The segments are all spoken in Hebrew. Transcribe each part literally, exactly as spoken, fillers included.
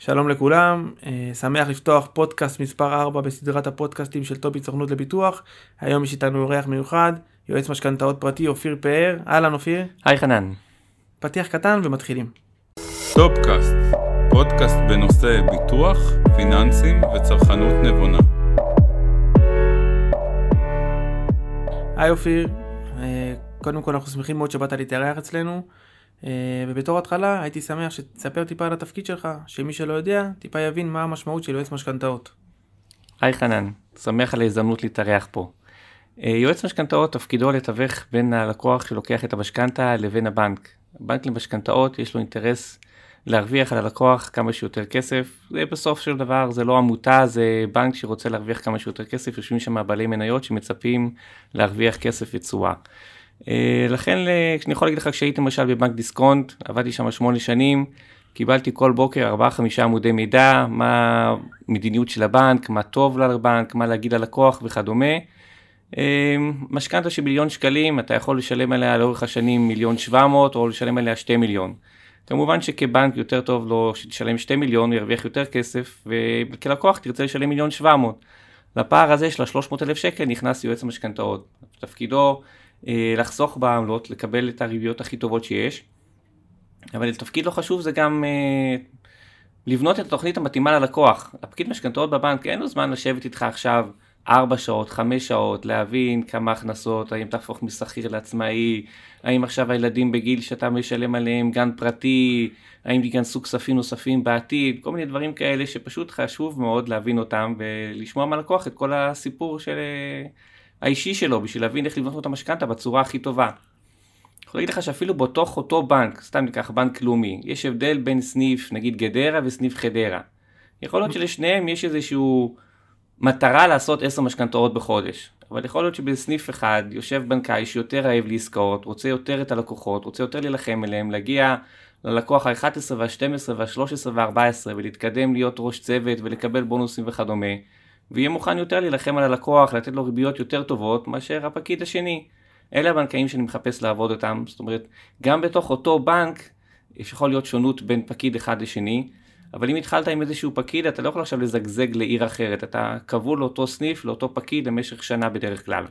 שלום לכולם, שמח לפתוח פודקאסט מספר ארבע בסדרת הפודקאסטים של טובי סוכנות לביטוח. היום יש איתנו אורח מיוחד, יועץ משכנתאות פרטי אופיר פאר. אהלן אופיר. היי חנן. פתיח קטן ומתחילים. טופקאסט, פודקאסט בנושא ביטוח, פיננסים וצרכנות נבונה. היי אופיר, קודם כל אנחנו שמחים מאוד שבאת להתארח אצלנו. ובתור התחלה הייתי שמח שתספר טיפה על התפקיד שלך, שמי שלא יודע טיפה יבין מה המשמעות של יועץ משכנתאות. היי חנן, שמח על ההזדמנות להתארח פה. יועץ משכנתאות תפקידו לתווך בין הלקוח שלוקח את המשכנתה לבין הבנק. הבנק למשכנתאות יש לו אינטרס להרוויח על הלקוח כמה שיותר כסף. זה בסוף של דבר, זה לא עמותה, זה בנק שרוצה להרוויח כמה שיותר כסף. יושבים שם בעלי מניות שמצפים להרוויח כסף ותשואה. לכן אני יכול להגיד לך, כשהייתי למשל בבנק דיסקונט, עבדתי שם שמונה שנים, קיבלתי כל בוקר ארבעה חמישה עמודי מידע, מה המדיניות של הבנק, מה טוב לבנק, מה להגיד ללקוח וכדומה. משכנתה של מיליון שקלים, אתה יכול לשלם עליה לאורך השנים מיליון שבע מאות, או לשלם עליה שתי מיליון. כמובן שכבנק יותר טוב לו שתשלם שתי מיליון, ירוויח יותר כסף, וכלקוח תרצה לשלם מיליון שבע מאות. לפער הזה של שלוש מאות אלף שקל נכנס יועץ המשכנתאות. תפקידו לחסוך בעמלות, לקבל את הריביות הכי טובות שיש, אבל תפקיד לא חשוב זה גם לבנות את התוכנית המתאימה ללקוח. הפקיד משכנתאות בבנק אין לו זמן לשבת איתך עכשיו ארבע שעות, חמש שעות, להבין כמה הכנסות, האם תהפוך משכיר לעצמאי, האם עכשיו הילדים בגיל שאתה משלם עליהם גן פרטי, האם ייכנסו כספים נוספים בעתיד, כל מיני דברים כאלה שפשוט חשוב מאוד להבין אותם ולשמוע מהלקוח את כל הסיפור של האישי שלו, בשביל להבין איך לבנות את המשכנתה בצורה הכי טובה. אני יכול להגיד לך שאפילו בתוך אותו בנק, סתם ניקח בנק לאומי, יש הבדל בין סניף, נגיד גדרה וסניף חדרה. יכול להיות שלשניהם יש איזשהו מטרה לעשות עשר משכנתאות בחודש. אבל יכול להיות שבסניף אחד יושב בנקאי שיותר אוהב לעסקאות, רוצה יותר את הלקוחות, רוצה יותר להילחם אליהם, להגיע ללקוח ה-אחת עשרה וה-שתים עשרה וה-שלוש עשרה וה-ארבע עשרה ולהתקדם להיות ראש צוות ולקבל בונוסים וכדומה. ויהיה מוכן יותר להילחם על הלקוח, לתת לו ריביות יותר טובות מאשר הפקיד השני. אלה הבנקאים שאני מחפש לעבוד אותם. זאת אומרת, גם בתוך אותו בנק יש יכול להיות שונות בין פקיד אחד לשני, אבל אם התחלת עם איזשהו פקיד, אתה לא יכול עכשיו לזגזג לעיר אחרת. אתה קבול לאותו סניף, לאותו פקיד במשך שנה בדרך כלל.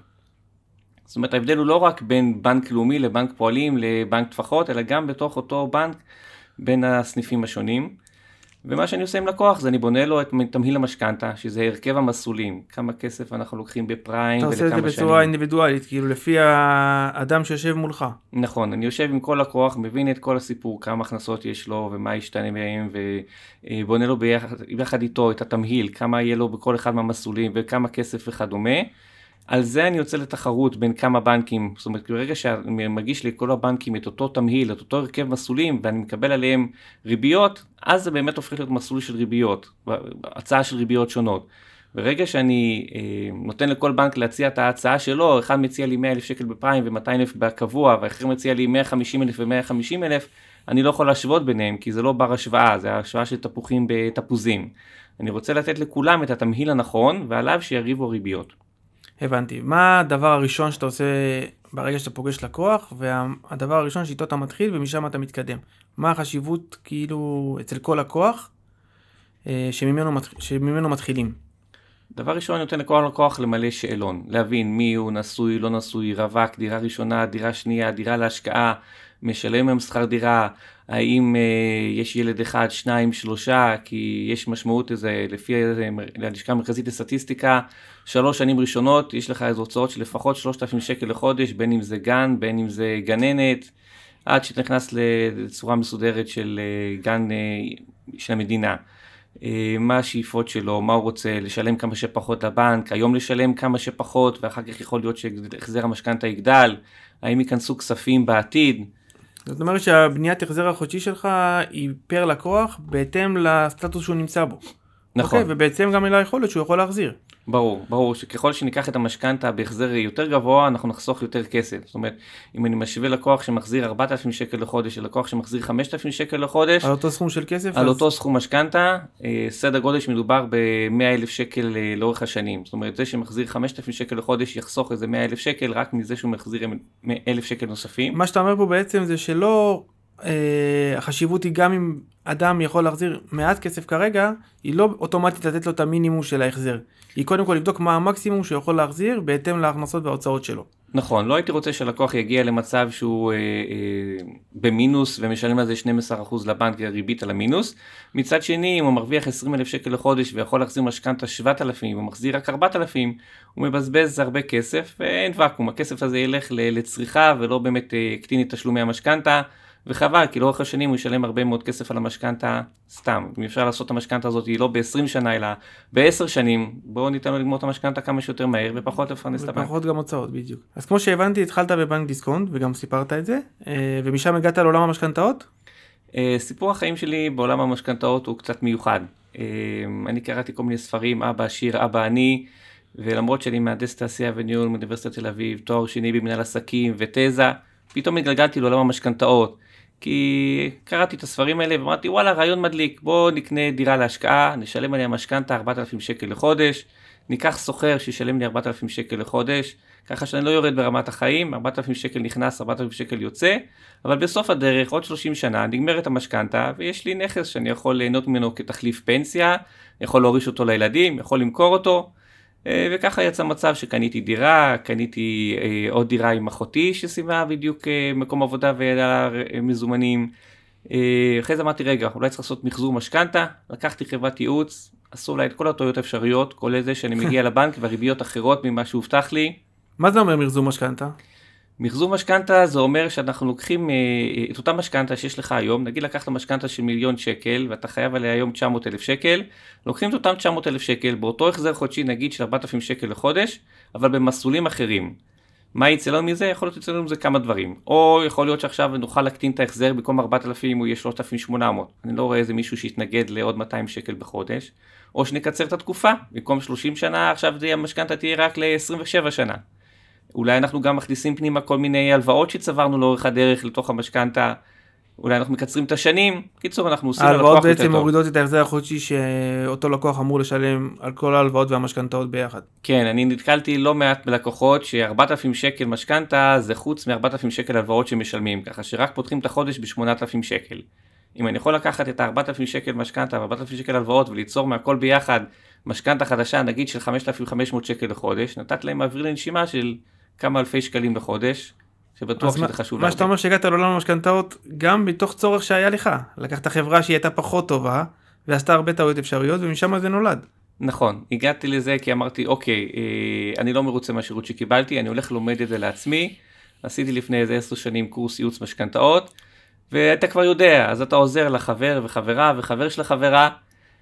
זאת אומרת, ההבדל הוא לא רק בין בנק לאומי לבנק פועלים לבנק טפחות, אלא גם בתוך אותו בנק בין הסניפים השונים. ומה שאני עושה עם לקוח זה אני בונה לו את תמהיל המשכנתה, שזה הרכב המסלולים, כמה כסף אנחנו לוקחים בפריים ולכמה שנים. אתה עושה את זה בצורה אינדיבידואלית, כאילו לפי האדם שיושב מולך. נכון, אני יושב עם כל לקוח, מבין את כל הסיפור, כמה הכנסות יש לו ומה ישתנה בהם, ובונה לו ביחד, ביחד איתו את התמהיל, כמה יהיה לו בכל אחד מהמסלולים וכמה כסף וכדומה. על זה אני יוצא לתחרות בין כמה בנקים, זאת אומרת, ברגע שאני מגיש לי כל הבנקים את אותו תמהיל, את אותו הרכב מסלולים, ואני מקבל עליהם ריביות, אז זה באמת הופך להיות מסלול של ריביות, הצעה של ריביות שונות. ברגע שאני אה, נותן לכל בנק להציע את ההצעה שלו, אחד מציע לי מאה אלף שקל בפריים ו-מאתיים אלף בקבוע, ואחר מציע לי מאה וחמישים אלף ו-מאה וחמישים אלף, אני לא יכול להשוות ביניהם, כי זה לא בר השוואה, זה השוואה של תפוחים בתפוזים. אני רוצה לתת לכולם את התמהיל הנכון, ועליו שיריבו ריביות. הבנתי. מה הדבר הראשון שאתה עושה ברגע שאתה פוגש לקוח, והדבר הראשון שאיתו אתה מתחיל ומשם אתה מתקדם? מה החשיבות כאילו אצל כל לקוח שממנו, שממנו מתחילים? דבר ראשון, אני נותן לכל לקוח למלא שאלון, להבין מי הוא, נשוי, לא נשוי, רווק, דירה ראשונה, דירה שנייה, דירה להשקעה, משלם עם שכר דירה, האם אה, יש ילד אחד, שניים, שלושה, כי יש משמעות איזה, לפי הלשכה המרכזית לסטטיסטיקה, שלוש שנים ראשונות, יש לך איזה הוצאות של לפחות שלושת אלפים שקל לחודש, בין אם זה גן, בין אם זה גננת, עד שתכנס לצורה מסודרת של אה, גן אה, של המדינה. אה, מה השאיפות שלו, מה הוא רוצה, לשלם כמה שפחות לבנק, היום לשלם כמה שפחות, ואחר כך יכול להיות שהחזר המשכנתה יגדל, האם ייכנסו כספים בעתיד. זאת אומרת שהבניית החזר החודשי שלך היא פר לקוח בהתאם לסטטוס שהוא נמצא בו. נכון. אוקיי, ובעצם גם אלה יכול להיות שהוא יכול להחזיר. ברור, ברור שככל שניקח את המשכנתה בהחזר יותר גבוה, אנחנו נחסוך יותר כסף. זאת אומרת, אם אני משווה לקוח שמחזיר ארבעת אלפים שקל לחודש, ללקוח שמחזיר חמשת אלפים שקל לחודש, על אותו סכום של כסף? על אז... אותו סכום משכנתה, סדר גודל שמדובר ב-מאה אלף שקל לאורך השנים. זאת אומרת, זה שמחזיר חמשת אלפים שקל לחודש יחסוך איזה מאה אלף שקל, רק מזה שהוא מחזיר אלף שקל נוספים. מה שאתה אומר פה בעצם זה שלא החשיבות היא גם אם אדם יכול להחזיר מעט כסף כרגע, היא לא אוטומטית לתת לו את המינימום של ההחזר. היא קודם כל לבדוק מה המקסימום שהוא יכול להחזיר, בהתאם להכנסות וההוצאות שלו. נכון, לא הייתי רוצה שלקוח יגיע למצב שהוא אה, אה, במינוס ומשלם על זה שנים עשר אחוז לבנק ריבית על המינוס. מצד שני, אם הוא מרוויח עשרים אלף שקל לחודש ויכול להחזיר משכנתא שבעת אלפים ומחזיר רק ארבעת אלפים, הוא מבזבז הרבה כסף ואין ואקום. הכסף הזה ילך לצריכה ולא באמת יקטין את תשלומי המשכנתא, וחבל, כי לאורך השנים הוא ישלם הרבה מאוד כסף על המשכנתא סתם. אם אפשר לעשות את המשכנתא הזאת, היא לא ב-עשרים שנה, אלא ב-עשר שנים, בואו ניתן לו לגמור את המשכנתא כמה שיותר מהר, ופחות לפרנס את הבנק. ופחות גם הוצאות, בדיוק. אז כמו שהבנתי, התחלת בבנק דיסקונט, וגם סיפרת את זה, ומשם הגעת לעולם המשכנתאות? סיפור החיים שלי בעולם המשכנתאות הוא קצת מיוחד. אני קראתי כל מיני ספרים, אבא עשיר, אבא עני, ולמרות שאני מהנדס תעשייה וניהול מאוניברסיטת תל אביב, תואר שני במנהל עסקים ותזה, פתאום התגלגלתי לעולם המשכנתאות. כי קראתי את הספרים האלה ואמרתי, וואלה, רעיון מדליק, בוא נקנה דירה להשקעה, נשלם עליה משכנתא ארבעת אלפים שקל לחודש, ניקח סוחר שישלם לי ארבעת אלפים שקל לחודש, ככה שאני לא יורד ברמת החיים, ארבעת אלפים שקל נכנס, ארבעת אלפים שקל יוצא, אבל בסוף הדרך, עוד שלושים שנה, נגמרת המשכנתא, ויש לי נכס שאני יכול ליהנות ממנו כתחליף פנסיה, יכול להוריש אותו לילדים, יכול למכור אותו, וככה יצא מצב שקניתי דירה, קניתי עוד דירה עם אחותי שסיימה בדיוק מקום עבודה וידעה מזומנים. אחרי זה אמרתי, רגע, אולי צריך לעשות מחזור משכנתא, לקחתי חברת ייעוץ, עשו לה את כל הטעויות האפשריות, כולל זה שאני מגיע לבנק והריביות אחרות ממה שהובטח לי. מה זה אומר מחזור משכנתא? מחזור משכנתא זה אומר שאנחנו לוקחים את אותה משכנתא שיש לך היום, נגיד לקחת משכנתא של מיליון שקל ואתה חייב עליה היום תשע מאות אלף שקל, לוקחים את אותם תשע מאות אלף שקל באותו החזר חודשי נגיד של ארבעת אלפים שקל לחודש, אבל במסלולים אחרים. מה יצא לנו מזה? יכול להיות יצא לנו מזה כמה דברים. או יכול להיות שעכשיו נוכל להקטין את ההחזר במקום ארבעת אלפים הוא יהיה שלושת אלפים ושמונה מאות. אני לא רואה איזה מישהו שיתנגד לעוד מאתיים שקל בחודש. או שנקצר את התקופה, במקום שלושים שנה עכשיו המשכנתא תהיה רק ל-עשרים ושבע שנה. אולי אנחנו גם מכניסים פנימה כל מיני הלוואות שצברנו לאורך הדרך לתוך המשכנתא, אולי אנחנו מקצרים את השנים, קיצור אנחנו עושים ללקוח יותר טוב. ההלוואות בעצם מורידות את ההחזר החודשי שאותו לקוח אמור לשלם על כל ההלוואות והמשכנתאות ביחד. כן, אני נתקלתי לא מעט בלקוחות ש-ארבעת אלפים שקל משכנתא זה חוץ מ-ארבעת אלפים שקל הלוואות שמשלמים, ככה שרק פותחים את החודש ב-שמונת אלפים שקל. אם אני יכול לקחת את ה-ארבעת אלפים שקל משכנתא ו-ארבעת אלפים שקל הלוואות וליצור מהכל ביחד משכנתא חדשה נגיד של חמשת אלפים וחמש מאות שקל לחודש, נתת להם אוויר לנשימה של כמה אלפי שקלים בחודש, שבטוח שזה חשוב. מה שאתה אומר שהגעת לעולם המשכנתאות, גם בתוך צורך שהיה לך, לקחת חברה שהיא הייתה פחות טובה, ועשתה הרבה טעויות אפשריות, ומשם זה נולד. נכון, הגעתי לזה כי אמרתי, אוקיי, אני לא מרוצה מהשירות שקיבלתי, אני הולך לומד את זה לעצמי, עשיתי לפני איזה עשר שנים קורס ייעוץ משכנתאות, ואתה כבר יודע, אז אתה עוזר לחבר וחברה וחבר של החברה,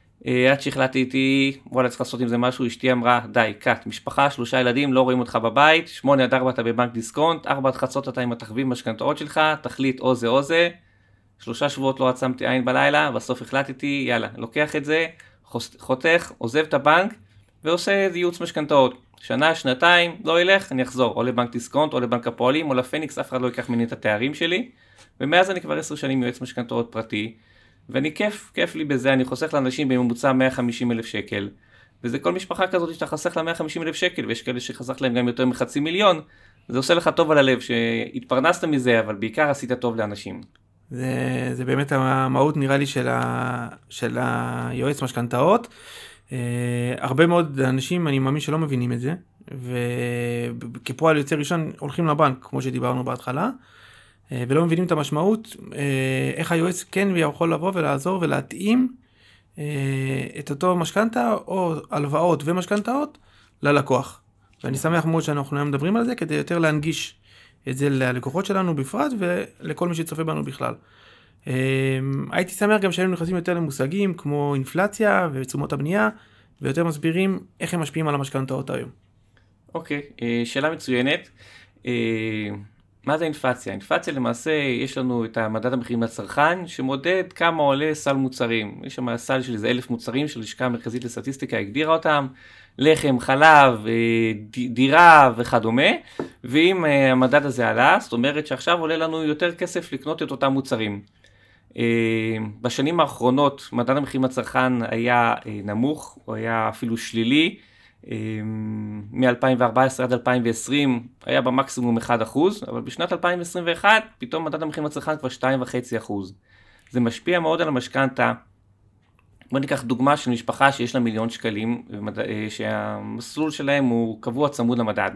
עד שהחלטתי איתי, וואלה צריך לעשות עם זה משהו, אשתי אמרה, די, קט, משפחה, שלושה ילדים, לא רואים אותך בבית, שמונה עד ארבע אתה בבנק דיסקונט, ארבע עד חצות אתה עם התחביב משכנתאות שלך, תחליט או זה או זה, שלושה שבועות לא עצמתי עין בלילה, בסוף החלטתי, יאללה, לוקח את זה, חותך, עוזב את הבנק, ועושה ייעוץ משכנתאות. שנה, שנתיים, לא ילך, אני אחזור, או לבנק דיסקונט, או לבנק הפועלים, או לפניקס, אף אחד לא ייקח ממני את התארים שלי, ומאז אני כבר עשר שנים יועץ משכנתאות פרטי, ואני כיף, כיף לי בזה, אני חוסך לאנשים בממוצע מאה וחמישים אלף שקל, וזה כל משפחה כזאת שאתה חסך לה מאה וחמישים אלף שקל, ויש כאלה שחסך להם גם יותר מחצי מיליון, זה עושה לך טוב על הלב, שהתפרנסת מזה, אבל בעיקר עשית טוב לאנשים. זה, זה באמת המהות נראה לי של, ה, של היועץ משכנתאות, הרבה מאוד אנשים, אני מאמין שלא מבינים את זה, וכפועל יוצא ראשון הולכים לבנק, כמו שדיברנו בהתחלה, ולא מבינים את המשמעות, איך היועץ כן יכול לבוא ולעזור ולהתאים את אותו משכנתא או הלוואות ומשכנתאות ללקוח. ואני שמח מאוד שאנחנו היום מדברים על זה, כדי יותר להנגיש את זה ללקוחות שלנו בפרט ולכל מי שצופה בנו בכלל. הייתי שמח גם שהיינו נכנסים יותר למושגים כמו אינפלציה ותשומות הבנייה, ויותר מסבירים איך הם משפיעים על המשכנתאות היום. אוקיי, שאלה מצוינת. מה זה אינפלציה? אינפלציה למעשה יש לנו את המדד המחירים לצרכן שמודד כמה עולה סל מוצרים. יש שם סל של איזה אלף מוצרים של לשכה המרכזית לסטטיסטיקה הגדירה אותם, לחם, חלב, דירה וכדומה, ואם המדד הזה עלה, זאת אומרת שעכשיו עולה לנו יותר כסף לקנות את אותם מוצרים. בשנים האחרונות מדד המחירים לצרכן היה נמוך, הוא היה אפילו שלילי, מ-אלפיים וארבע עשרה עד אלפיים ועשרים היה במקסימום אחד אחוז, אבל בשנת אלפיים עשרים ואחת פתאום מדד המחירים לצרכן כבר שתיים נקודה חמש אחוז. זה משפיע מאוד על המשכנתה. בוא ניקח דוגמה של משפחה שיש לה מיליון שקלים, שהמסלול שלהם הוא קבוע צמוד למדד.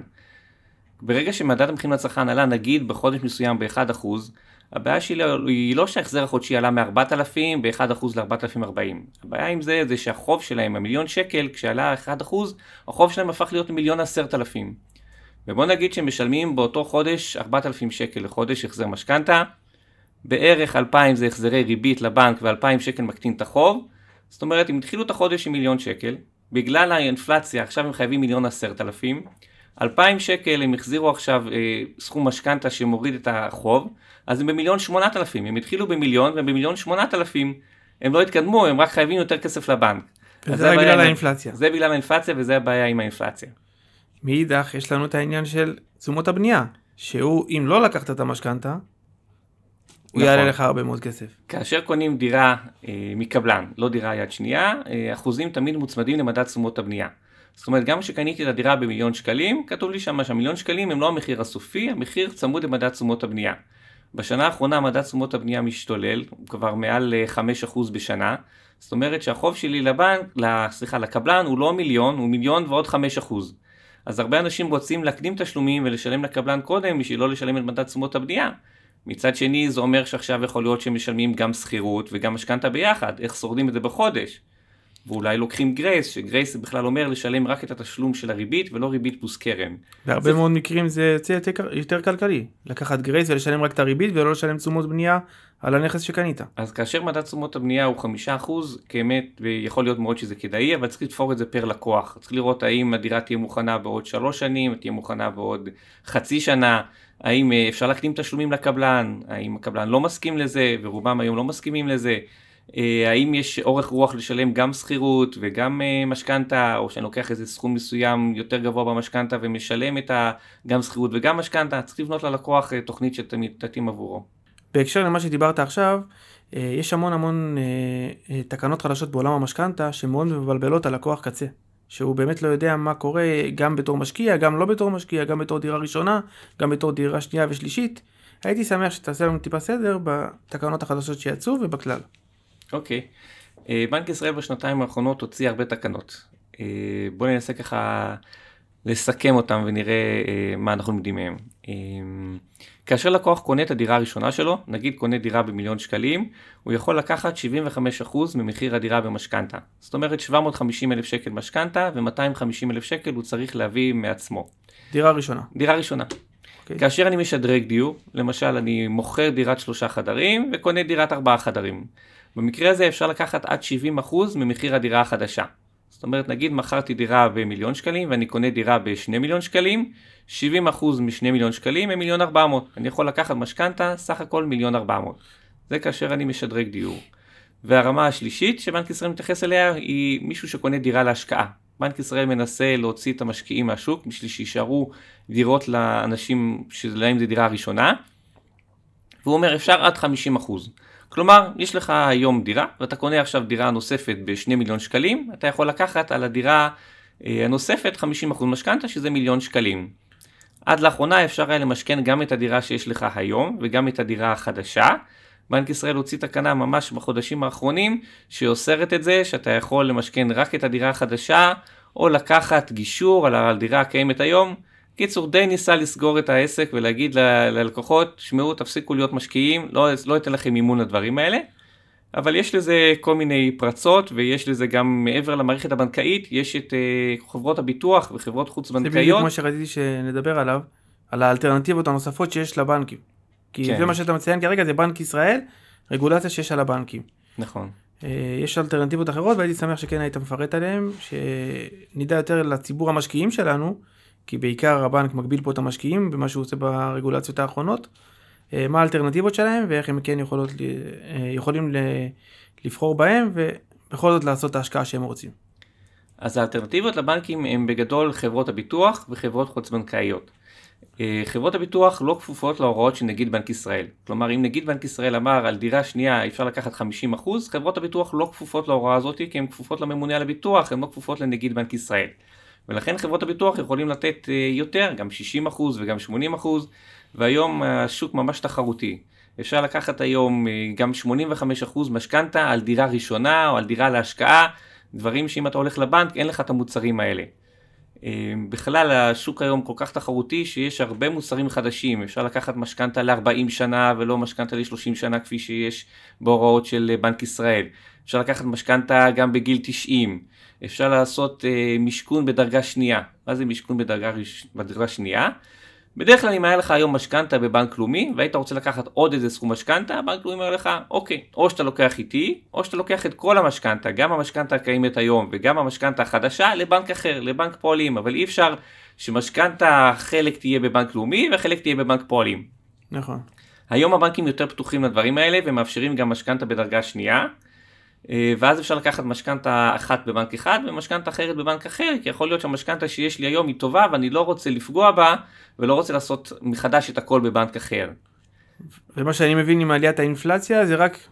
ברגע שמדד המחירים לצרכן עלה נגיד בחודש מסוים ב-אחד אחוז, הבעיה שלי היא לא שההחזר החודשי עלה מ-ארבעת אלפים ב-אחד אחוז ל-ארבעת אלפים וארבעים. הבעיה עם זה זה שהחוב שלהם, המיליון שקל, כשעלה אחד אחוז, החוב שלהם הפך להיות מיליון עשרת אלפים. ובוא נגיד שהם משלמים באותו חודש ארבעת אלפים שקל לחודש החזר משכנתה, בערך אלפיים זה החזרי ריבית לבנק ו-אלפיים שקל מקטין את החוב, זאת אומרת, אם התחילו את החודש עם מיליון שקל, בגלל האינפלציה עכשיו הם חייבים מיליון עשרת אלפים, אלפיים שקל הם החזירו עכשיו אה, סכום משכנתה שמוריד את החוב, אז הם במיליון שמונת אלפים, הם התחילו במיליון ובמיליון שמונת אלפים הם לא התקדמו, הם רק חייבים יותר כסף לבנק. וזה בגלל האינפלציה. זה בגלל האינפלציה וזה הבעיה עם האינפלציה. מאידך יש לנו את העניין של תשומות הבנייה, שהוא אם לא לקחת את המשכנתה, הוא נכון. יעלה לך הרבה מאוד כסף. כאשר קונים דירה אה, מקבלן, לא דירה יד שנייה, אה, אחוזים תמיד מוצמדים למדד תשומות הבנייה. זאת אומרת, גם שקניתי את הדירה במיליון שקלים, כתוב לי שם שהמיליון שקלים הם לא המחיר הסופי, המחיר צמוד למדד תשומות הבנייה. בשנה האחרונה מדד תשומות הבנייה משתולל, הוא כבר מעל חמישה אחוז בשנה, זאת אומרת שהחוב שלי לבנק, סליחה, לקבלן הוא לא מיליון, הוא מיליון ועוד חמישה אחוז. אז הרבה אנשים רוצים להקדים תשלומים ולשלם לקבלן קודם, בשביל לא לשלם את מדד תשומות הבנייה. מצד שני, זה אומר שעכשיו יכול להיות שהם משלמים גם שכירות וגם משכנתה ביחד, איך שורדים את זה בחודש. ואולי לוקחים גרייס, שגרייס בכלל אומר לשלם רק את התשלום של הריבית ולא ריבית פלוס קרן. בהרבה זה... מאוד מקרים זה יוצא יותר, יותר כלכלי, לקחת גרייס ולשלם רק את הריבית ולא לשלם תשומות בנייה על הנכס שקנית. אז כאשר מדד תשומות הבנייה הוא חמישה אחוז, כאמת, ויכול להיות מאוד שזה כדאי, אבל צריך לתפור את זה פר לקוח. צריך לראות האם הדירה תהיה מוכנה בעוד שלוש שנים, תהיה מוכנה בעוד חצי שנה, האם אפשר להקדים תשלומים לקבלן, האם הקבלן לא מסכים לזה, ורובם היום לא מסכימים לזה. האם יש אורך רוח לשלם גם שכירות וגם משכנתה, או שאני לוקח איזה סכום מסוים יותר גבוה במשכנתה ומשלם את גם שכירות וגם משכנתה, צריך לבנות ללקוח תוכנית שתתאים עבורו. בהקשר למה שדיברת עכשיו, יש המון המון תקנות חדשות בעולם המשכנתה שמאוד מבלבלות על לקוח קצה, שהוא באמת לא יודע מה קורה גם בתור משקיע, גם לא בתור משקיע, גם בתור דירה ראשונה, גם בתור דירה שנייה ושלישית. הייתי שמח שתעשה לנו טיפה סדר בתקנות החדשות שיצאו ובכלל. אוקיי, okay. בנק ישראל בשנתיים האחרונות הוציא הרבה תקנות. בואו ננסה ככה לסכם אותם ונראה מה אנחנו לומדים מהם. כאשר לקוח קונה את הדירה הראשונה שלו, נגיד קונה דירה במיליון שקלים, הוא יכול לקחת שבעים וחמישה אחוז ממחיר הדירה במשכנתה. זאת אומרת שבע מאות וחמישים אלף שקל משכנתה ו-מאתיים וחמישים אלף שקל הוא צריך להביא מעצמו. דירה ראשונה. דירה ראשונה. Okay. כאשר אני משדרג דיור, למשל אני מוכר דירת שלושה חדרים וקונה דירת ארבעה חדרים. במקרה הזה אפשר לקחת עד שבעים אחוז ממחיר הדירה החדשה. זאת אומרת, נגיד מכרתי דירה במיליון שקלים ואני קונה דירה בשני מיליון שקלים, שבעים אחוז משני מיליון שקלים הם מיליון ארבע מאות. אני יכול לקחת משכנתה, סך הכל מיליון ארבע מאות. זה כאשר אני משדרג דיור. והרמה השלישית שבנק ישראל מתייחס אליה היא מישהו שקונה דירה להשקעה. בנק ישראל מנסה להוציא את המשקיעים מהשוק בשביל שישארו דירות לאנשים שלהם זה דירה ראשונה. והוא אומר אפשר עד חמישים אחוז. כלומר, יש לך היום דירה, ואתה קונה עכשיו דירה נוספת בשני מיליון שקלים, אתה יכול לקחת על הדירה הנוספת חמישים אחוז משכנתה, שזה מיליון שקלים. עד לאחרונה אפשר היה למשכן גם את הדירה שיש לך היום, וגם את הדירה החדשה. בנק ישראל הוציא תקנה ממש בחודשים האחרונים, שאוסרת את זה, שאתה יכול למשכן רק את הדירה החדשה, או לקחת גישור על הדירה הקיימת היום. קיצור, די ניסה לסגור את העסק ולהגיד ל- ללקוחות, שמעו, תפסיקו להיות משקיעים, לא, לא ייתן לכם מימון לדברים האלה, אבל יש לזה כל מיני פרצות, ויש לזה גם מעבר למערכת הבנקאית, יש את uh, חברות הביטוח וחברות חוץ בנקאיות. זה בדיוק כמו שרציתי שנדבר עליו, על האלטרנטיבות הנוספות שיש לבנקים. כי כן. זה מה שאתה מציין כרגע, זה בנק ישראל, רגולציה שיש על הבנקים. נכון. Uh, יש אלטרנטיבות אחרות, והייתי שמח שכן היית מפרט עליהם, שנדע יותר לציבור המשקיעים שלנו, כי בעיקר הבנק מגביל פה את המשקיעים במה שהוא עושה ברגולציות האחרונות, מה האלטרנטיבות שלהם ואיך הם כן יכולות, יכולים לבחור בהם ובכל זאת לעשות את ההשקעה שהם רוצים. אז האלטרנטיבות לבנקים הם בגדול חברות הביטוח וחברות חוץ בנקאיות. חברות הביטוח לא כפופות להוראות של נגיד בנק ישראל. כלומר, אם נגיד בנק ישראל אמר על דירה שנייה אפשר לקחת חמישים אחוז, חברות הביטוח לא כפופות להוראה הזאת כי הן כפופות לממונה על הביטוח, הן לא כפופות לנגיד בנק ישראל. ולכן חברות הביטוח יכולים לתת יותר, גם שישים אחוז וגם שמונים אחוז, והיום השוק ממש תחרותי. אפשר לקחת היום גם שמונים וחמישה אחוז משכנתה על דירה ראשונה או על דירה להשקעה, דברים שאם אתה הולך לבנק אין לך את המוצרים האלה. בכלל השוק היום כל כך תחרותי שיש הרבה מוצרים חדשים, אפשר לקחת משכנתה ל-ארבעים שנה ולא משכנתה ל-שלושים שנה כפי שיש בהוראות של בנק ישראל. אפשר לקחת משכנתה גם בגיל תשעים, אפשר לעשות משכון בדרגה שנייה. מה זה משכון בדרגה, בדרגה שנייה? בדרך כלל אם היה לך היום משכנתה בבנק לאומי והיית רוצה לקחת עוד איזה סכום משכנתה, בנק לאומי אומר לך, אוקיי, או שאתה לוקח איתי, או שאתה לוקח את כל המשכנתה, גם המשכנתה הקיימת היום וגם המשכנתה החדשה לבנק אחר, לבנק פועלים, אבל אי אפשר שמשכנתה חלק תהיה בבנק לאומי וחלק תהיה בבנק פועלים. נכון. היום הבנקים יותר פתוחים לדברים האלה ומאפשרים גם משכנתה בדרגה שנייה, ואז אפשר לקחת משכנתה אחת בבנק אחד ומשכנתה אחרת בבנק אחר, כי יכול להיות שהמשכנתה שיש לי היום היא טובה ואני לא רוצה לפגוע בה ולא רוצה לעשות מחדש את הכל בבנק אחר. ומה שאני מבין עם עליית האינפלציה זה רק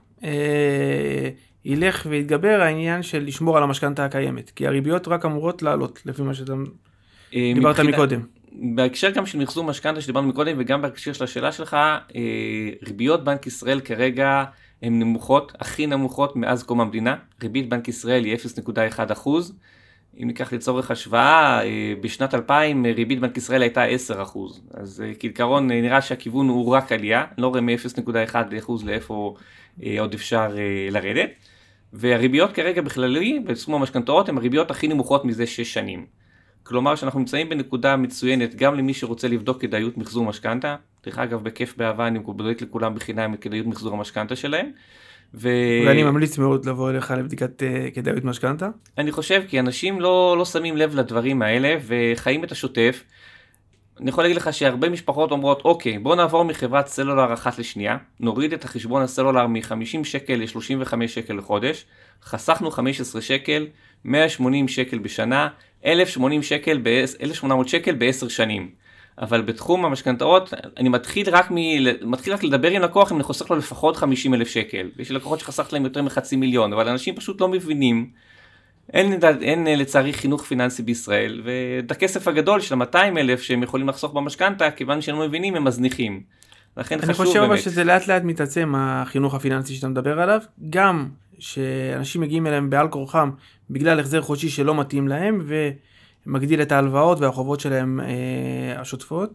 אה, ילך ויתגבר העניין של לשמור על המשכנתה הקיימת, כי הריביות רק אמורות לעלות לפי מה שאתה אה, דיברת מבחינה, מקודם. בהקשר גם של מחזור משכנתה שדיברנו מקודם וגם בהקשר של השאלה שלך, אה, ריביות בנק ישראל כרגע הן נמוכות, הכי נמוכות מאז קום המדינה. ריבית בנק ישראל היא אפס נקודה אחת אחוז. אם ניקח לצורך השוואה, בשנת אלפיים ריבית בנק ישראל הייתה עשרה אחוז. אז כעיקרון נראה שהכיוון הוא רק עלייה, לא רואה מ-אפס נקודה אחת אחוז לאיפה עוד אפשר לרדת. והריביות כרגע בכללי, בסכום המשכנתאות, הן הריביות הכי נמוכות מזה שש שנים. כלומר שאנחנו נמצאים בנקודה מצוינת גם למי שרוצה לבדוק כדאיות מחזור משכנתה. דרך אגב, בכיף באהבה אני בודק לכולם בחינם את כדאיות מחזור המשכנתה שלהם. ו... ואני ממליץ מאוד לבוא אליך לבדיקת uh, כדאיות משכנתה. אני חושב כי אנשים לא, לא שמים לב לדברים האלה וחיים את השוטף. אני יכול להגיד לך שהרבה משפחות אומרות, אוקיי, בוא נעבור מחברת סלולר אחת לשנייה, נוריד את החשבון הסלולר מ-חמישים שקל ל-שלושים וחמישה שקל לחודש, חסכנו חמישה עשר שקל, מאה ושמונים שקל בשנה, אלף ושמונים שקל ב- אלף ושמונה מאות שקל ב-עשר שנים. אבל בתחום המשכנתאות, אני מתחיל רק, מ... מתחיל רק לדבר עם לקוח אם אני חוסך לו לפחות חמישים אלף שקל. יש לקוחות שחסכת להם יותר מחצי מיליון, אבל אנשים פשוט לא מבינים. אין, אין לצערי חינוך פיננסי בישראל, ואת הכסף הגדול של מאתיים אלף שהם יכולים לחסוך במשכנתה, כיוון שהם לא מבינים, הם מזניחים. לכן אני חשוב חושב באמת. שזה לאט לאט מתעצם החינוך הפיננסי שאתה מדבר עליו, גם שאנשים מגיעים אליהם בעל כורחם בגלל החזר חודשי שלא מתאים להם, ומגדיל את ההלוואות והחובות שלהם אה, השוטפות,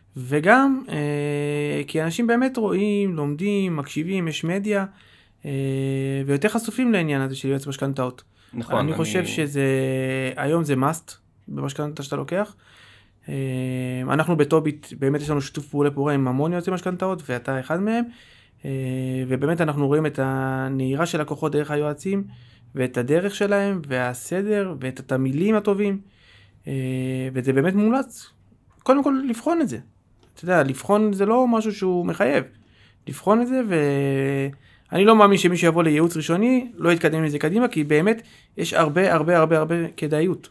וגם אה, כי אנשים באמת רואים, לומדים, מקשיבים, יש מדיה, אה, ויותר חשופים לעניין הזה של יועץ משכנתאות. נכון. אני אני חושב שזה, היום זה must במשכנתה שאתה לוקח. אנחנו בטוביט, באמת יש לנו שיתוף פעולה פורה עם המון יועצי משכנתאות, ואתה אחד מהם, ובאמת אנחנו רואים את הנהירה של לקוחות דרך היועצים, ואת הדרך שלהם, והסדר, ואת התמילים הטובים, וזה באמת מומלץ. קודם כל לבחון את זה. אתה יודע, לבחון זה לא משהו שהוא מחייב. לבחון את זה, ואני לא מאמין שמישהו יבוא לייעוץ ראשוני, לא יתקדם מזה קדימה, כי באמת יש הרבה הרבה הרבה הרבה כדאיות.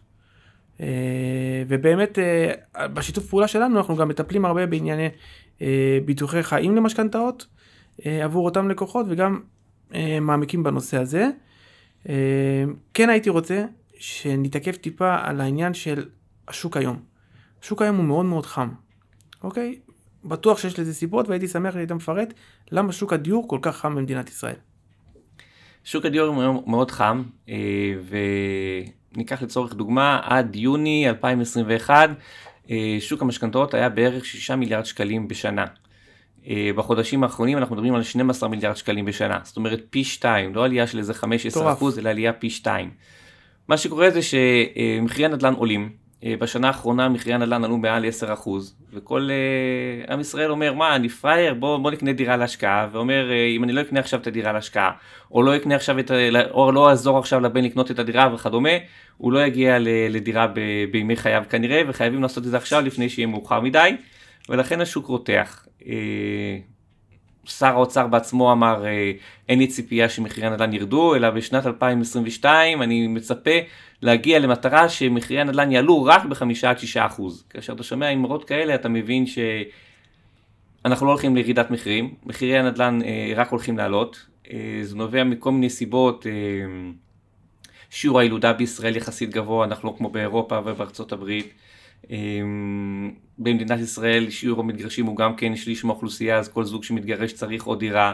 ובאמת בשיתוף פעולה שלנו אנחנו גם מטפלים הרבה בענייני ביטוחי חיים למשכנתאות עבור אותם לקוחות, וגם מעמיקים בנושא הזה. כן הייתי רוצה שנתעכב טיפה על העניין של השוק היום. השוק היום הוא מאוד מאוד חם, אוקיי? בטוח שיש לזה סיבות, והייתי שמח להיית מפרט למה שוק הדיור כל כך חם במדינת ישראל. שוק הדיור הוא מאוד חם, וניקח לצורך דוגמה, עד יוני אלפיים עשרים ואחת, שוק המשכנתאות היה בערך שישה מיליארד שקלים בשנה. בחודשים האחרונים אנחנו מדברים על שנים עשר מיליארד שקלים בשנה, זאת אומרת פי שתיים, לא עלייה של איזה חמישה עשר אחוז, אלא עלייה פי שתיים. מה שקורה זה שמחירי הנדל"ן עולים, בשנה האחרונה מחירי הנדל"ן עלו מעל עשרה אחוז, וכל uh, עם ישראל אומר, מה, אני פרייר, בוא, בוא נקנה דירה להשקעה, ואומר, uh, אם אני לא אקנה עכשיו את הדירה להשקעה, או לא אקנה עכשיו את, או לא אעזור עכשיו לבן לקנות את הדירה וכדומה, הוא לא יגיע לדירה ב, בימי חייו כנראה, וחייבים לעשות את זה עכשיו לפני שיהיה מאוחר מדי, ולכן השוק רותח. Uh, שר האוצר בעצמו אמר, אין לי ציפייה שמחירי הנדל"ן ירדו, אלא בשנת אלפיים עשרים ושתיים אני מצפה להגיע למטרה שמחירי הנדל"ן יעלו רק בחמישה עד שישה אחוז. כאשר אתה שומע אמרות כאלה, אתה מבין שאנחנו לא הולכים לירידת מחירים, מחירי הנדל"ן רק הולכים לעלות. זה נובע מכל מיני סיבות שיעור הילודה בישראל יחסית גבוה, אנחנו לא כמו באירופה ובארצות הברית. במדינת ישראל שיעור המתגרשים הוא גם כן שליש מהאוכלוסייה, אז כל זוג שמתגרש צריך עוד דירה.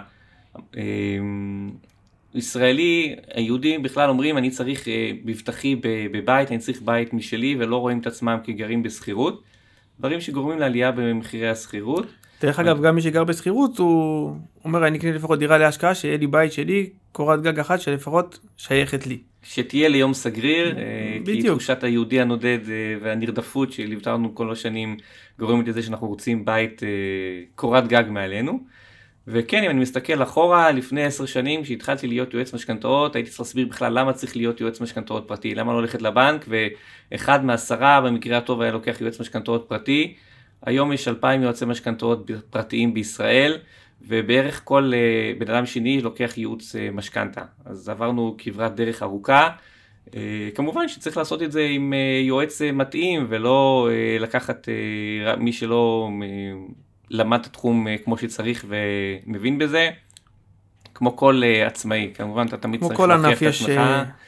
ישראלי, היהודים בכלל אומרים, אני צריך מבטחי בבית, אני צריך בית משלי, ולא רואים את עצמם כגרים בסחירות. דברים שגורמים לעלייה במחירי הסחירות. דרך אגב, גם מי שגר בסחירות, הוא אומר, אני אקנה לפחות דירה להשקעה, שיהיה לי בית שלי, קורת גג אחת שלפחות שייכת לי. שתהיה ליום סגריר, כי תחושת היהודי הנודד והנרדפות שליוותה לנו כל השנים, גורמת לזה שאנחנו רוצים בית, קורת גג מעלינו. וכן, אם אני מסתכל אחורה, לפני עשר שנים, כשהתחלתי להיות יועץ משכנתאות, הייתי צריך להסביר בכלל למה צריך להיות יועץ משכנתאות פרטי, למה לא ללכת לבנק, ואחד מעשרה, במקרה הטוב היה לוקח יועץ משכנתאות פרטי. היום יש אלפיים יועצי משכנתאות פרטיים בישראל, ובערך כל בן אדם שני לוקח ייעוץ משכנתה. אז עברנו כברת דרך ארוכה. כמובן שצריך לעשות את זה עם יועץ מתאים, ולא לקחת מי שלא למד את התחום כמו שצריך ומבין בזה. כמו כל עצמאי, כמובן אתה תמיד צריך להוכיח את עצמך.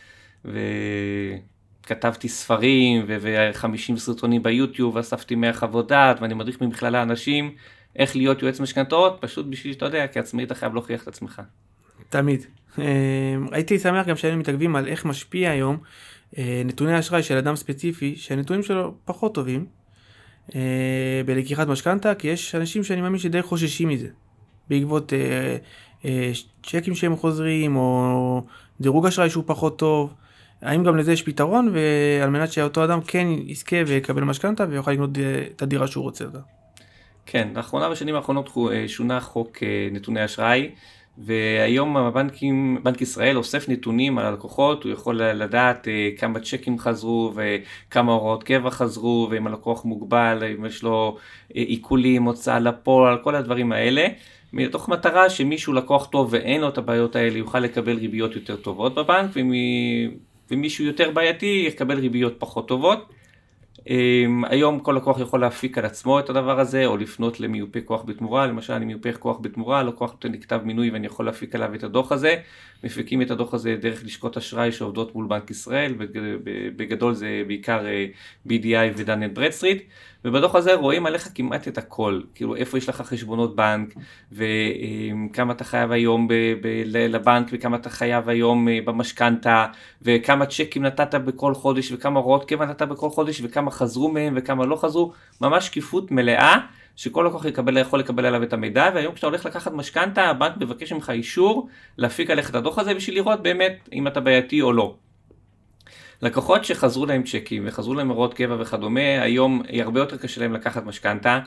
וכתבתי ספרים ו-חמישים סרטונים ביוטיוב, ואספתי מאה חוות דעת, ואני מדריך ממכללה אנשים איך להיות יועץ משכנתאות, פשוט בשביל שאתה יודע, כי עצמאי אתה חייב להוכיח את עצמך. תמיד. הייתי שמח גם שהיינו מתעכבים על איך משפיע היום נתוני אשראי של אדם ספציפי, שהנתונים שלו פחות טובים, בלקיחת משכנתה, כי יש אנשים שאני מאמין שדי חוששים מזה, בעקבות צ'קים שהם חוזרים, או דירוג אשראי שהוא פחות טוב. האם גם לזה יש פתרון, ועל מנת שאותו אדם כן יזכה ויקבל משכנתה, ויוכל לקנות את הדירה שהוא רוצה אותה? כן, לאחרונה בשנים האחרונות שונה חוק נתוני אשראי, והיום הבנקים, בנק ישראל אוסף נתונים על הלקוחות, הוא יכול לדעת כמה צ'קים חזרו וכמה הוראות קבע חזרו, ואם הלקוח מוגבל, אם יש לו עיקולים, הוצאה לפועל, כל הדברים האלה, מתוך מטרה שמישהו לקוח טוב ואין לו את הבעיות האלה, יוכל לקבל ריביות יותר טובות בבנק, ומישהו יותר בעייתי יקבל ריביות פחות טובות. היום כל לקוח יכול להפיק על עצמו את הדבר הזה, או לפנות למיופה כוח בתמורה. למשל, אני מיופה כוח בתמורה, לקוח נותן לי כתב מינוי ואני יכול להפיק עליו את הדוח הזה. מפיקים את הדוח הזה דרך לשכות אשראי שעובדות מול בנק ישראל, בגדול זה בעיקר בי די איי ודן אנד ברדסטריט, ובדוח הזה רואים עליך כמעט את הכל, כאילו איפה יש לך חשבונות בנק, וכמה אתה חייב היום לבנק, וכמה אתה חייב היום במשכנתה, וכמה צ'קים נתת בכל חודש, וכמה הוראות קבע נתת בכל חודש, וכמה חזרו מהם וכמה לא חזרו, ממש שקיפות מלאה, שכל לקוח יקבל, יכול לקבל עליו את המידע, והיום כשאתה הולך לקחת משכנתה, הבנק מבקש ממך אישור להפיק עליך את הדוח הזה, בשביל לראות באמת אם אתה בעייתי או לא. לקוחות שחזרו להם צ'קים וחזרו להם הוראות קבע וכדומה, היום הרבה יותר קשה להם לקחת משכנתה.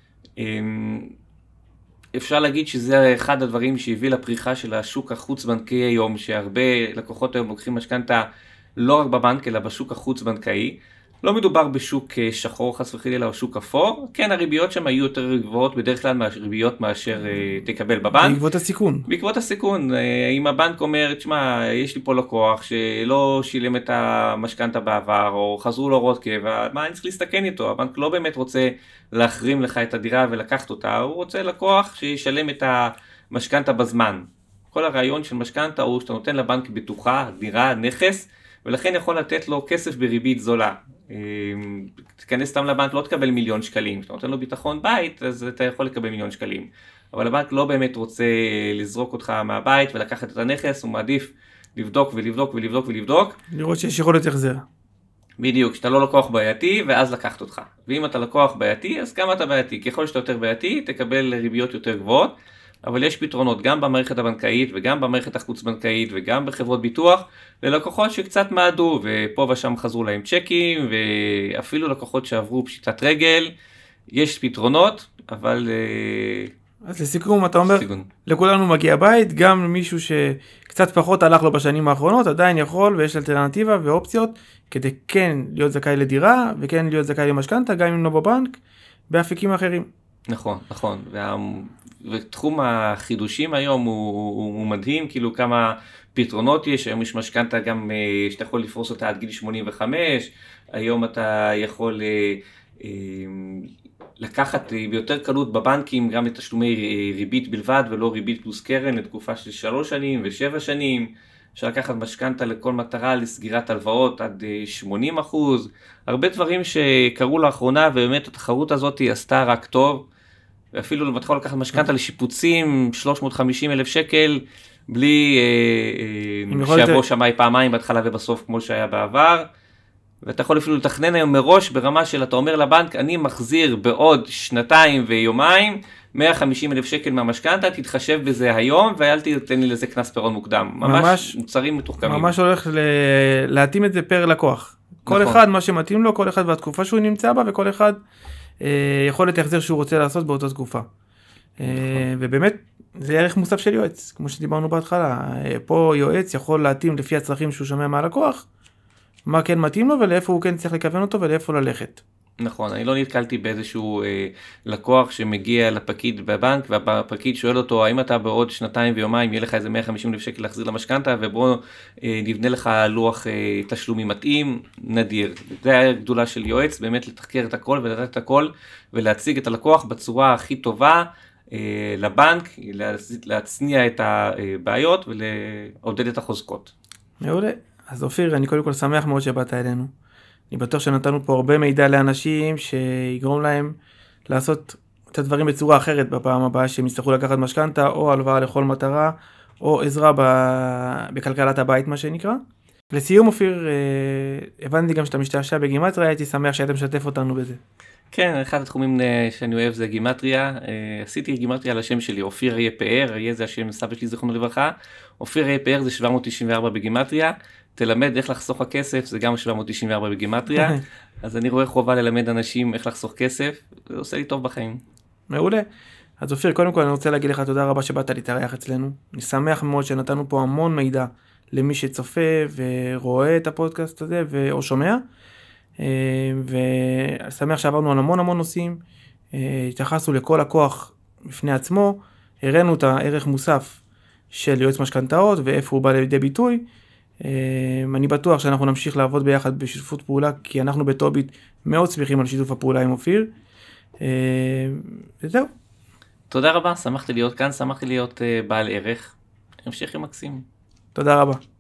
אפשר להגיד שזה אחד הדברים שהביא לפריחה של השוק החוץ-בנקי היום, שהרבה לקוחות היום לוקחים משכנתה לא רק בבנק, אלא בשוק החוץ-בנקאי. לא מדובר בשוק שחור חס וחלילה או שוק אפור, כן הריביות שם היו יותר גבוהות בדרך כלל מהריביות מאשר תקבל בבנק. בעקבות הסיכון. בעקבות הסיכון, אם הבנק אומר, תשמע, יש לי פה לקוח שלא שילם את המשכנתה בעבר, או חזרו לו הוראות קבע, מה אני צריך להסתכן איתו? הבנק לא באמת רוצה להחרים לך את הדירה ולקחת אותה, הוא רוצה לקוח שישלם את המשכנתה בזמן. כל הרעיון של משכנתה הוא שאתה נותן לבנק בטוחה, דירה, נכס, ולכן יכול לתת לו כסף בריבית זולה. תיכנס סתם לבנק, לא תקבל מיליון שקלים. כשאתה נותן לו ביטחון בית, אז אתה יכול לקבל מיליון שקלים. אבל הבנק לא באמת רוצה לזרוק אותך מהבית ולקחת את הנכס, הוא מעדיף לבדוק ולבדוק ולבדוק ולבדוק. לראות שיש יכולת החזר. בדיוק, שאתה לא לקוח בעייתי, ואז לקחת אותך. ואם אתה לקוח בעייתי, אז גם אתה בעייתי. ככל שאתה יותר בעייתי, תקבל ריביות יותר גבוהות. אבל יש פתרונות גם במערכת הבנקאית וגם במערכת החוץ-בנקאית וגם בחברות ביטוח ללקוחות שקצת מעדו ופה ושם חזרו להם צ'קים ואפילו לקוחות שעברו פשיטת רגל. יש פתרונות, אבל... אז לסיכום, אתה אומר, סיכון. לכולנו מגיע בית, גם מישהו שקצת פחות הלך לו בשנים האחרונות, עדיין יכול ויש אלטרנטיבה ואופציות כדי כן להיות זכאי לדירה וכן להיות זכאי למשכנתה, גם אם לא בבנק, באפיקים אחרים. נכון, נכון. וה... ותחום החידושים היום הוא, הוא, הוא מדהים, כאילו כמה פתרונות יש. היום יש משכנתה גם שאתה יכול לפרוס אותה עד גיל שמונים וחמש, היום אתה יכול לקחת ביותר קלות בבנקים גם לתשלומי ריבית בלבד ולא ריבית פלוס קרן לתקופה של שלוש שנים ושבע שנים. אפשר לקחת משכנתה לכל מטרה לסגירת הלוואות עד שמונים אחוז, הרבה דברים שקרו לאחרונה, ובאמת התחרות הזאת עשתה רק טוב, ואפילו אתה יכול לקחת משכנתה לשיפוצים, שלוש מאות וחמישים אלף שקל, בלי שיבוא שמאי פעמיים בהתחלה ובסוף כמו שהיה בעבר, ואתה יכול אפילו לתכנן היום מראש ברמה של אתה אומר לבנק, אני מחזיר בעוד שנתיים ויומיים, מאה וחמישים אלף שקל מהמשכנתה, תתחשב בזה היום, ואל תתן לי לזה קנס פירעון מוקדם. ממש, ממש מוצרים מתוחכמים. ממש הולך ל... להתאים את זה פר לקוח. כל נכון. אחד מה שמתאים לו, כל אחד והתקופה שהוא נמצא בה, וכל אחד אה, יכול את ההחזר שהוא רוצה לעשות באותה תקופה. נכון. אה, ובאמת, זה ערך מוסף של יועץ, כמו שדיברנו בהתחלה. אה, פה יועץ יכול להתאים לפי הצרכים שהוא שומע מהלקוח, מה כן מתאים לו, ולאיפה הוא כן צריך לכוון אותו, ולאיפה ללכת. נכון, אני לא נתקלתי באיזשהו אה, לקוח שמגיע לפקיד בבנק, והפקיד שואל אותו, האם אתה בעוד שנתיים ויומיים יהיה לך איזה מאה וחמישים אלף שקל להחזיר למשכנתה, ובוא אה, נבנה לך לוח אה, תשלומי מתאים, נדיר. זה הגדולה של יועץ, באמת לתחקר את הכל ולדעת את הכל, ולהציג את הלקוח בצורה הכי טובה אה, לבנק, להצניע את הבעיות ולעודד את החוזקות. מעולה. אז אופיר, אני קודם כל שמח מאוד שבאת אלינו. אני בטוח שנתנו פה הרבה מידע לאנשים שיגרום להם לעשות את הדברים בצורה אחרת בפעם הבאה, שהם יצטרכו לקחת משכנתה או הלוואה לכל מטרה, או עזרה בכלכלת הבית, מה שנקרא. לסיום, אופיר, הבנתי גם שאתה משתעשע בגימטריה, הייתי שמח שהיית משתף אותנו בזה. כן, אחד התחומים שאני אוהב זה גימטריה. עשיתי גימטריה על השם שלי, אופיר אריה פאר, אריה זה השם סבא שלי זכרונו לברכה. אופיר אריה פאר זה שבע מאות תשעים וארבע בגימטריה. תלמד איך לחסוך הכסף, זה גם שבע מאות תשעים וארבע בגימטריה. אז אני רואה חובה ללמד אנשים איך לחסוך כסף, זה עושה לי טוב בחיים. מעולה. אז אופיר, קודם כל אני רוצה להגיד לך תודה רבה שבאת להתארח אצלנו. אני שמח מאוד שנתנו פה המון מידע למי שצופה ורואה את הפודקאסט הזה או שומע. ושמח שעברנו על המון המון נושאים, התייחסנו לכל לקוח בפני עצמו, הראינו את הערך מוסף של יועץ משכנתאות ואיפה הוא בא לידי ביטוי. אני בטוח שאנחנו נמשיך לעבוד ביחד בשיתופות פעולה, כי אנחנו בטוביט מאוד שמחים על שיתוף הפעולה עם אופיר. וזהו. תודה רבה, שמחתי להיות כאן, שמחתי להיות בעל ערך. המשך עם מקסים. תודה רבה.